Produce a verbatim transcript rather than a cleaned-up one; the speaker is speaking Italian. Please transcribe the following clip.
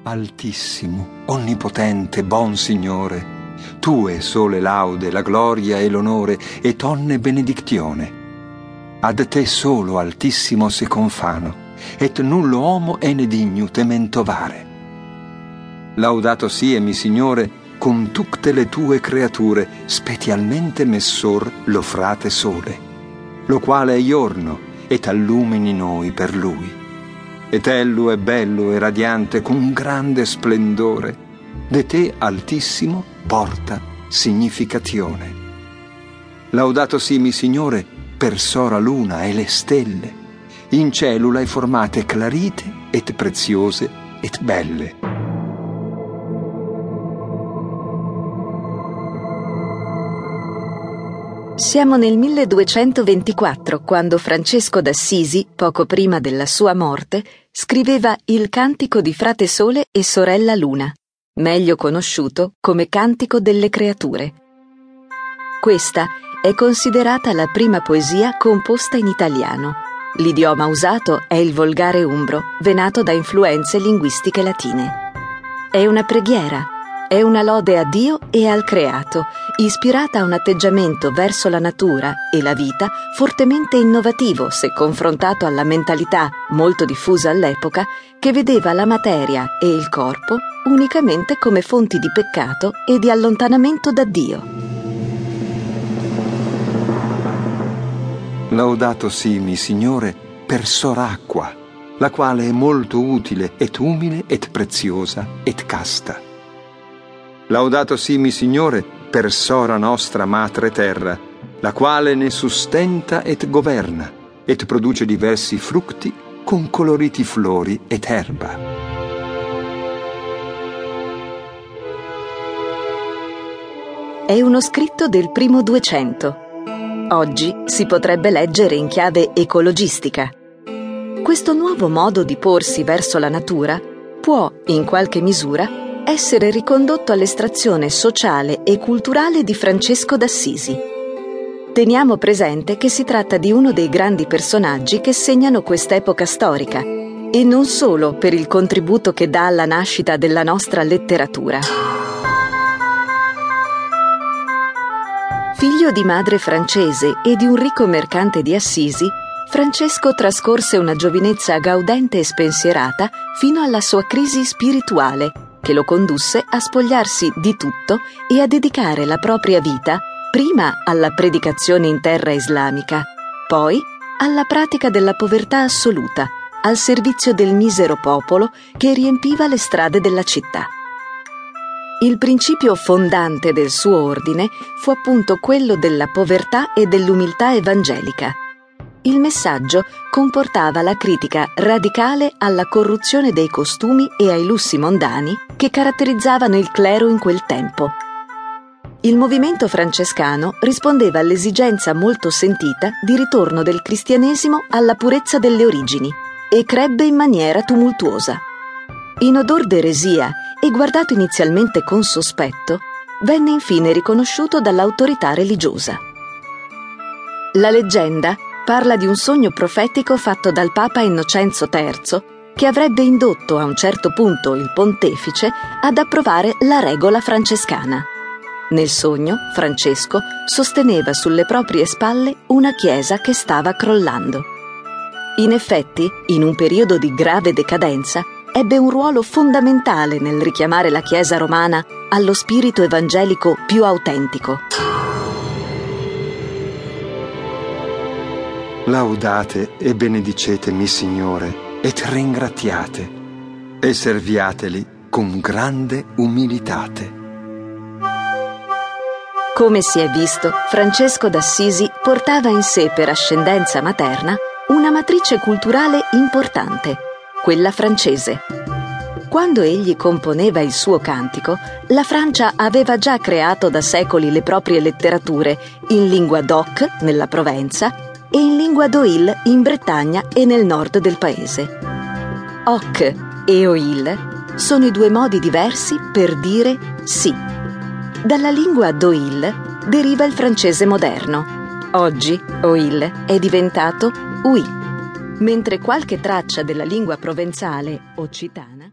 Altissimo, onnipotente, bon Signore, Tue sole laude, la gloria e l'onore, e tonne benedictione. Ad te solo altissimo se confano, et nullo homo ene digno tementovare. Laudato sie mi Signore, con tutte le tue creature, specialmente messor lo frate sole, lo quale è giorno, et allumini noi per lui. Et ello è bello e radiante con grande splendore, de te altissimo porta significazione. Laudato sii mi Signore per sora luna e le stelle, in cellula e formate clarite et preziose et belle. Siamo nel milleduecentoventiquattro, quando Francesco d'Assisi, poco prima della sua morte, scriveva il Cantico di Frate Sole e Sorella Luna, meglio conosciuto come Cantico delle Creature. Questa è considerata la prima poesia composta in italiano. L'idioma usato è il volgare umbro, venato da influenze linguistiche latine. È una preghiera, è una lode a Dio e al creato, ispirata a un atteggiamento verso la natura e la vita fortemente innovativo se confrontato alla mentalità molto diffusa all'epoca che vedeva la materia e il corpo unicamente come fonti di peccato e di allontanamento da Dio. Laudato sii mi Signore per soracqua, la quale è molto utile et umile et preziosa et casta. Laudato sii mi Signore per sora nostra madre terra, la quale ne sustenta et governa, et produce diversi frutti con coloriti flori et erba. È uno scritto del primo Duecento. Oggi si potrebbe leggere in chiave ecologistica. Questo nuovo modo di porsi verso la natura può, in qualche misura, essere ricondotto all'estrazione sociale e culturale di Francesco d'Assisi. Teniamo presente che si tratta di uno dei grandi personaggi che segnano quest'epoca storica, e non solo per il contributo che dà alla nascita della nostra letteratura. Figlio di madre francese e di un ricco mercante di Assisi, Francesco trascorse una giovinezza gaudente e spensierata fino alla sua crisi spirituale, che lo condusse a spogliarsi di tutto e a dedicare la propria vita prima alla predicazione in terra islamica, poi alla pratica della povertà assoluta, al servizio del misero popolo che riempiva le strade della città. Il principio fondante del suo ordine fu appunto quello della povertà e dell'umiltà evangelica. Il messaggio comportava la critica radicale alla corruzione dei costumi e ai lussi mondani che caratterizzavano il clero in quel tempo. Il movimento francescano rispondeva all'esigenza molto sentita di ritorno del cristianesimo alla purezza delle origini e crebbe in maniera tumultuosa. In odor d'eresia e guardato inizialmente con sospetto, venne infine riconosciuto dall'autorità religiosa. La leggenda parla di un sogno profetico fatto dal Papa Innocenzo terzo che avrebbe indotto a un certo punto il pontefice ad approvare la regola francescana. Nel sogno, Francesco sosteneva sulle proprie spalle una chiesa che stava crollando. In effetti, in un periodo di grave decadenza, ebbe un ruolo fondamentale nel richiamare la Chiesa romana allo spirito evangelico più autentico. Laudate e benedicete mi Signore, et ringraziate, e serviateli con grande umilitate. Come si è visto, Francesco d'Assisi portava in sé per ascendenza materna una matrice culturale importante, quella francese. Quando egli componeva il suo cantico, la Francia aveva già creato da secoli le proprie letterature in lingua d'oc nella Provenza e in lingua d'oïl in Bretagna e nel nord del paese. Oc e oïl sono i due modi diversi per dire sì. Dalla lingua d'oïl deriva il francese moderno. Oggi oïl è diventato oui, mentre qualche traccia della lingua provenzale occitana